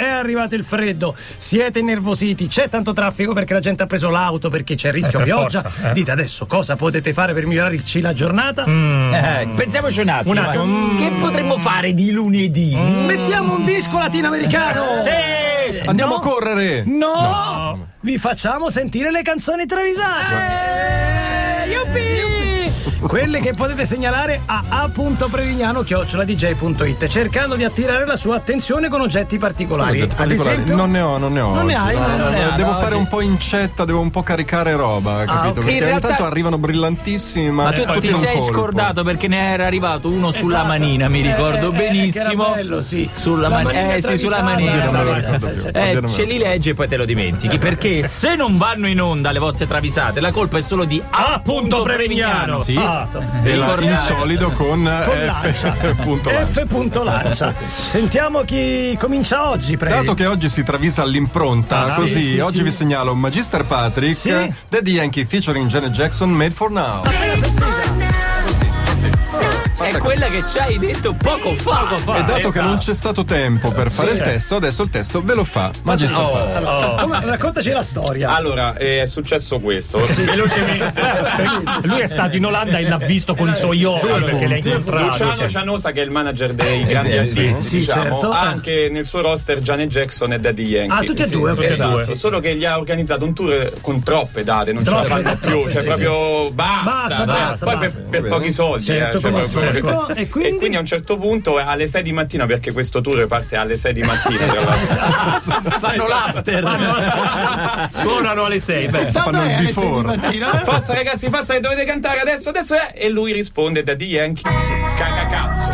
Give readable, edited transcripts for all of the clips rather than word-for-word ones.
è arrivato il freddo, siete innervositi, c'è tanto traffico perché la gente ha preso l'auto, perché c'è il rischio pioggia. Dite adesso cosa potete fare per migliorarci la giornata? Pensiamoci un attimo. Che potremmo fare di lunedì? Mettiamo un disco latinoamericano. Sì! Andiamo a correre. No! Vi facciamo sentire le canzoni travisate. Yuppie! Quelle che potete segnalare a a.prevignano@dj.it, cercando di attirare la sua attenzione con oggetti particolari. Ad esempio, non ne ho. Non ne hai? Devo fare un po' incetta, devo un po' caricare roba, capito? ok. Perché In realtà intanto arrivano brillantissimi, ma tu tutti ti in un sei colpo. scordato perché ne era arrivato uno sulla Esatto. manina, mi ricordo benissimo. che era bello, sì. Sulla La manina, manina sì, sulla travisata. manina. Non me lo ricordo più. Ce li leggi e poi te lo dimentichi, perché se non vanno in onda le vostre travisate, la colpa è solo di A.Prevignano. Sì. E E in solido con lancia. F.lancia. Sentiamo chi comincia oggi, prego. Dato che oggi si travisa all'impronta, così sì, oggi sì. vi segnalo Magister Patrick, Sì. Daddy Yankee featuring Janet Jackson, Made for Now. È quella che ci hai detto poco fa. E dato che non c'è stato tempo per fare il testo, adesso il testo ve lo fa Magister Patrick. Raccontaci la storia. Allora, è successo questo. Velocemente. Lui è stato in Olanda e l'ha visto con i suoi occhi perché l'ha incontrato. Luciano Cianosa, che è il manager dei grandi artisti, sì, diciamo, certo. ha anche nel suo roster Janet Jackson e Daddy Yankee. Tutti e due, Esatto, solo che gli ha organizzato un tour con troppe date, non ce la fanno più, cioè proprio basta. Poi per pochi soldi, Certo, cioè, come al proprio- solito. E E quindi a un certo punto alle 6 di mattina, perché questo tour parte alle 6 di mattina, tra l'altro. Fanno l'after. Suonano alle 6. Fanno il before. Forza ragazzi, forza che dovete cantare adesso è. E lui risponde Daddy Yankee, cacacazzo.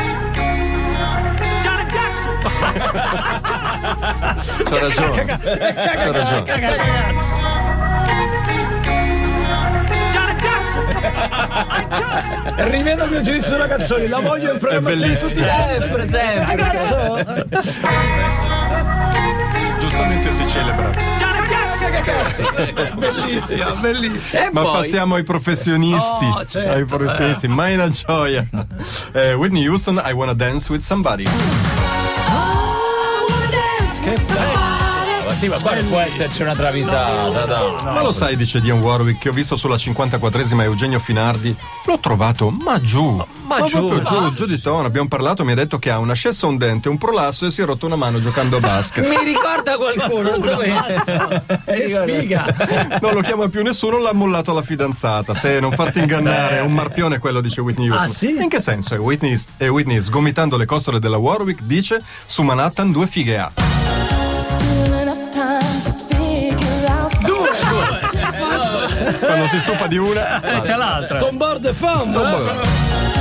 C'ha ragione. C'ha ragione. Rivedo il mio giudizio sulla canzone, la voglio in programmazione tutti i giorni. Sempre. Cazzo! Giustamente si celebra. Bellissima, bellissima. E Ma poi passiamo ai professionisti. Oh, certo. Ai professionisti, mai una gioia. Whitney Houston, I Wanna Dance with Somebody. sì, ma qua non può esserci una travisata, dai. Ma lo sai, dice Dionne Warwick, che ho visto sulla 54esima Eugenio Finardi, l'ho trovato ma giù. Ma giù, proprio giù di tono. Abbiamo parlato, mi ha detto che ha un ascesso a un dente, un prolasso e si è rotto una mano giocando a basket. Mi ricorda qualcuno, non so Che sfiga! Non lo chiama più nessuno, l'ha mollato alla fidanzata. Se non farti ingannare, è un marpione quello, dice Whitney Houston. Ah, sì? In che senso? E Whitney, sgomitando le costole della Warwick, dice: su Manhattan 2 fighe ha. Quando si stufa di una, C'è l'altra. Tom Board de Femme!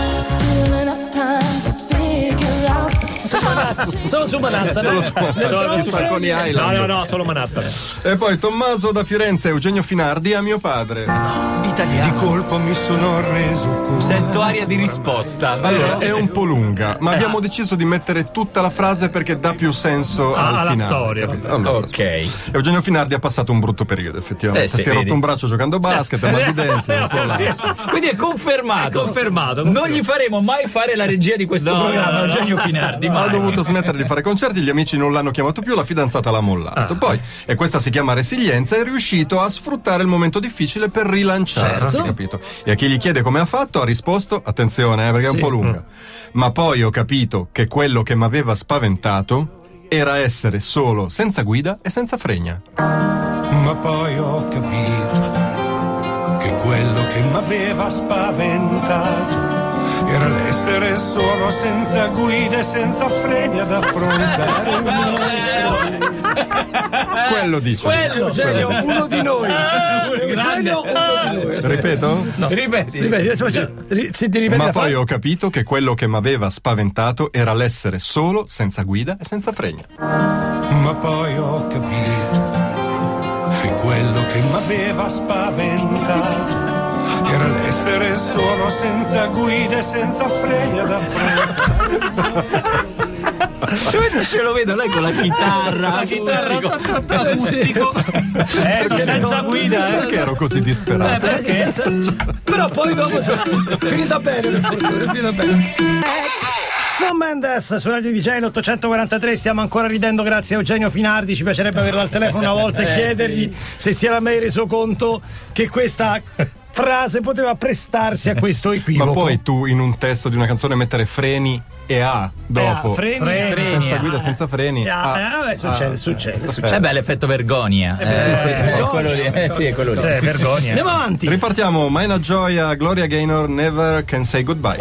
Solo su Manhattan. solo gli Sacconi Island. No, solo Manhattan. E poi Tommaso da Firenze, Eugenio Finardi a mio padre. Di colpo mi sono reso conto. Sento aria di risposta. Allora, è un po' lunga, ma abbiamo deciso di mettere tutta la frase perché dà più senso al alla finale. storia. Capito? Allora, Ok. Eugenio Finardi ha passato un brutto periodo, effettivamente. Sì, si è vedi. rotto un braccio giocando a basket, mal di denti. un po' là. Quindi è confermato. Confermato. Non gli faremo mai fare la regia di questo programma, Eugenio Finardi. Ha mai. dovuto smettere di fare concerti, gli amici non l'hanno chiamato più, la fidanzata l'ha mollato. Poi, e questa si chiama resilienza, è riuscito a sfruttare il momento difficile per rilanciarsi, capito? E a chi gli chiede come ha fatto, ha risposto, attenzione, perché è un po' lunga. Ma poi ho capito che quello che mi aveva spaventato era essere solo, senza guida e senza fregna. Ma poi ho capito che quello che m'aveva spaventato era l'essere solo, senza guida e senza freni ad affrontare il mondo. Quello dice. Eugenio, uno di noi. Eugenio, uno di noi. Ripeto? Ripeti. Ripeti, adesso ti ripeti Ma la poi frase? ho capito che quello che mi aveva spaventato era l'essere solo, senza guida e senza fregna. Ma poi ho capito che quello che m'aveva spaventato era l'essere solo, senza guida e senza freni ad affrontare. Ce lo vedo lei con la chitarra. Acustico. Senza guida, Perché ero così disperato? Però poi dopo finita bene, per fortuna, finita bene. Shawn Mendes su Radio DJ l'843. Stiamo ancora ridendo grazie a Eugenio Finardi. Ci piacerebbe averlo al telefono una volta e chiedergli se si era mai reso conto che questa frase poteva prestarsi a questo equivoco. Ma poi tu in un testo di una canzone mettere freni e A dopo freni, guida senza freni. Succede. Beh, l'effetto vergogna. È quello lì. Sì, è quello lì. Vergogna. Andiamo avanti. Ripartiamo. Maina Gioia, Gloria Gaynor, Never Can Say Goodbye.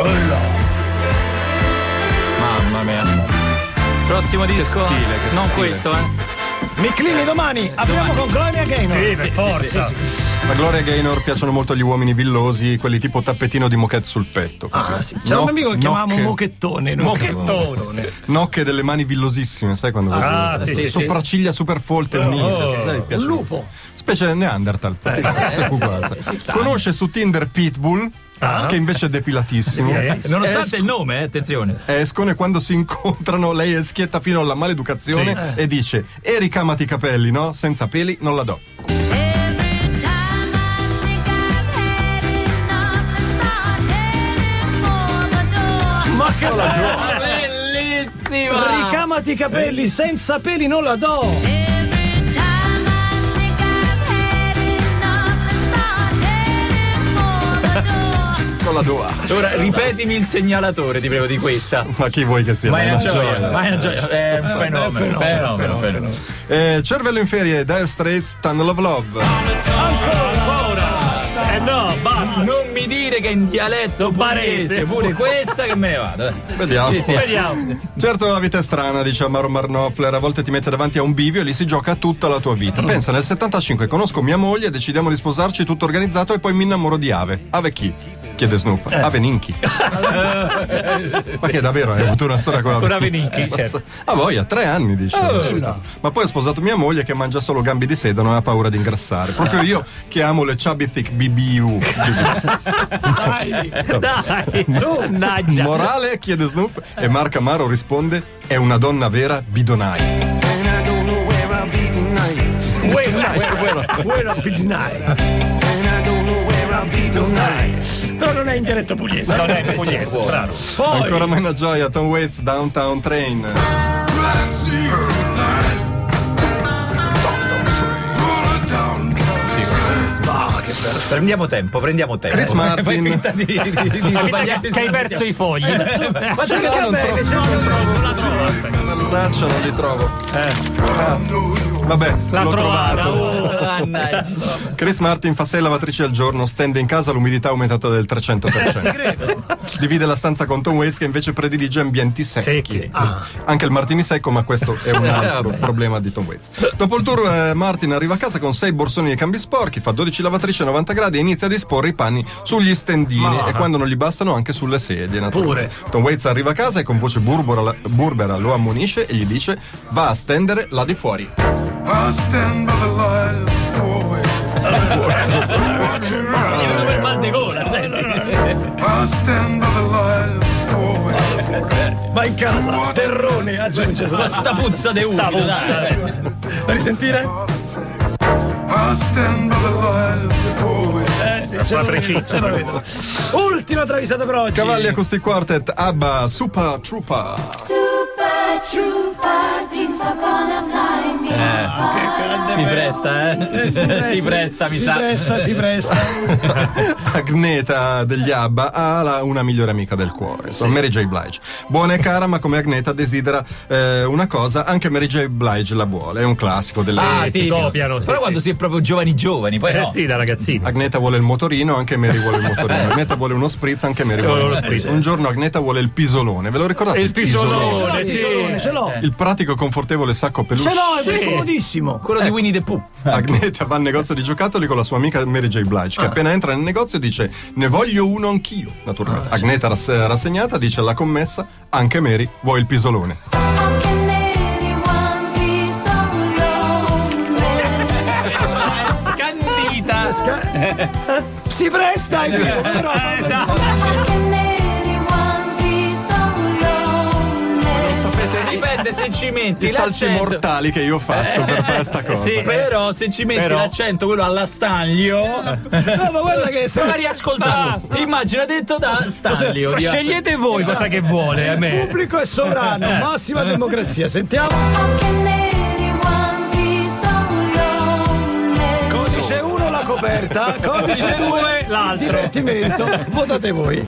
Mamma mia. Prossimo disco. Che non stile. questo, Miclini domani apriamo con Gloria Gaynor. Sì, per forza. A Gloria Gaynor piacciono molto gli uomini villosi, quelli tipo tappetino di moquette sul petto. Così. Sì. C'era un amico che chiamavamo Mochettone. Nocche delle mani villosissime, sai quando sopracciglia super folte unite. Un lupo. Specie Neanderthal. Conosce su Tinder Pitbull, che invece è depilatissimo. Nonostante il nome, attenzione. Escono e quando si incontrano lei è schietta fino alla maleducazione e dice: e ricamati i capelli, no? Senza peli non la do. Ma che bellissima! Ricamati i capelli, senza peli non la do. Non la do. Ora ripetimi il segnalatore, ti prego, di questa. Ma chi vuoi che sia? Maina Gioia. È un fenomeno. Cervello in ferie, Dire Straits, Tunnel of Love. Ancora. No, basta. Non mi dire che in dialetto barese, pure questa che me ne vado. Vediamo. Vediamo. Certo, la vita è strana, dice Amaro Marnoffler. A volte ti mette davanti a un bivio e lì si gioca tutta la tua vita. Pensa, nel 75 conosco mia moglie, decidiamo di sposarci, tutto organizzato, e poi mi innamoro di Ave. Ave chi? Chiede Snoop. Ave Ninchi. Ma che davvero hai avuto una storia con Ave Ninchi, certo. Ah, voglia, 3 anni, dice. Ma poi ho sposato mia moglie che mangia solo gambi di sedano e ha paura di ingrassare. Proprio io che amo le chubby thick BBU. Dai, su, naggia. Morale, chiede Snoop, e Marc Amaro risponde: è una donna vera bidonai. Però non è in dialetto pugliese. Non è pugliese, strano. Poi Ancora Maina Gioia, Tom Waits, Downtown Train. Prendiamo tempo. Chris Martin. Fai finta di Che hai perso i fogli. Ma c'è che non la traccia, non li trovo. Vabbè, l'ho trovato. Chris Martin fa 6 lavatrici al giorno, stende in casa l'umidità aumentata del 300%. Divide la stanza con Tom Waits che invece predilige ambienti secchi. Anche il Martini secco, ma questo è un altro problema di Tom Waits. Dopo il tour Martin arriva a casa con 6 borsoni di cambi sporchi, fa 12 lavatrici a 90 gradi e inizia a disporre i panni sugli stendini e quando non gli bastano anche sulle sedie. Pure. Tom Waits arriva a casa e con voce burbera lo ammonisce e gli dice: va a stendere là di fuori. I stand by the light of the four-way. Per mal di gola, senti. I stand by the light of the four-way. va in casa, terrone, aggiunge sta puzza de uno. Vuoi risentire? I stand by the light of the four-way. Ce lo vedo. Ultima travisata per oggi. Cavalli Acoustic Quartet, ABBA, Super Trooper. Super Trooper, dreams are gonna blind me. Si presta, si presta, mi sa. Si presta. Agneta degli ABBA ha una migliore amica del cuore, Mary J. Blige. Buona e cara, ma come Agneta desidera una cosa, anche Mary J. Blige la vuole. È un classico delle si copiano. Però quando si è proprio giovani, poi no. Sì, da ragazzino. Agneta vuole il motorino, anche Mary vuole il motorino. Agneta vuole uno spritz, anche Mary vuole uno spritz. Un giorno Agneta vuole il pisolone. Ve lo ricordate? Il pisolone, ce l'ho. Il pratico confortevole sacco peluche. Ce l'ho, è comodissimo. Quello di Winnie the Pooh. Agneta va al negozio di giocattoli con la sua amica Mary J. Blige, che appena entra nel negozio dice: ne voglio uno anch'io. Naturalmente. Agneta rassegnata dice alla commessa: anche Mary vuoi il pisolone. Scandita. Si presta, Sapete? Ripeti Ovviamente se ci metti I salti l'accento mortali che io ho fatto per questa cosa. sì, però se ci metti l'accento quello alla Stanlio no, ma guarda che ma riascoltato immagina detto da Stanlio scegliete voi cosa che vuole a me. Il pubblico è sovrano, massima democrazia. Sentiamo. Codice 1 la coperta, codice 2 l'altro. divertimento. Votate voi.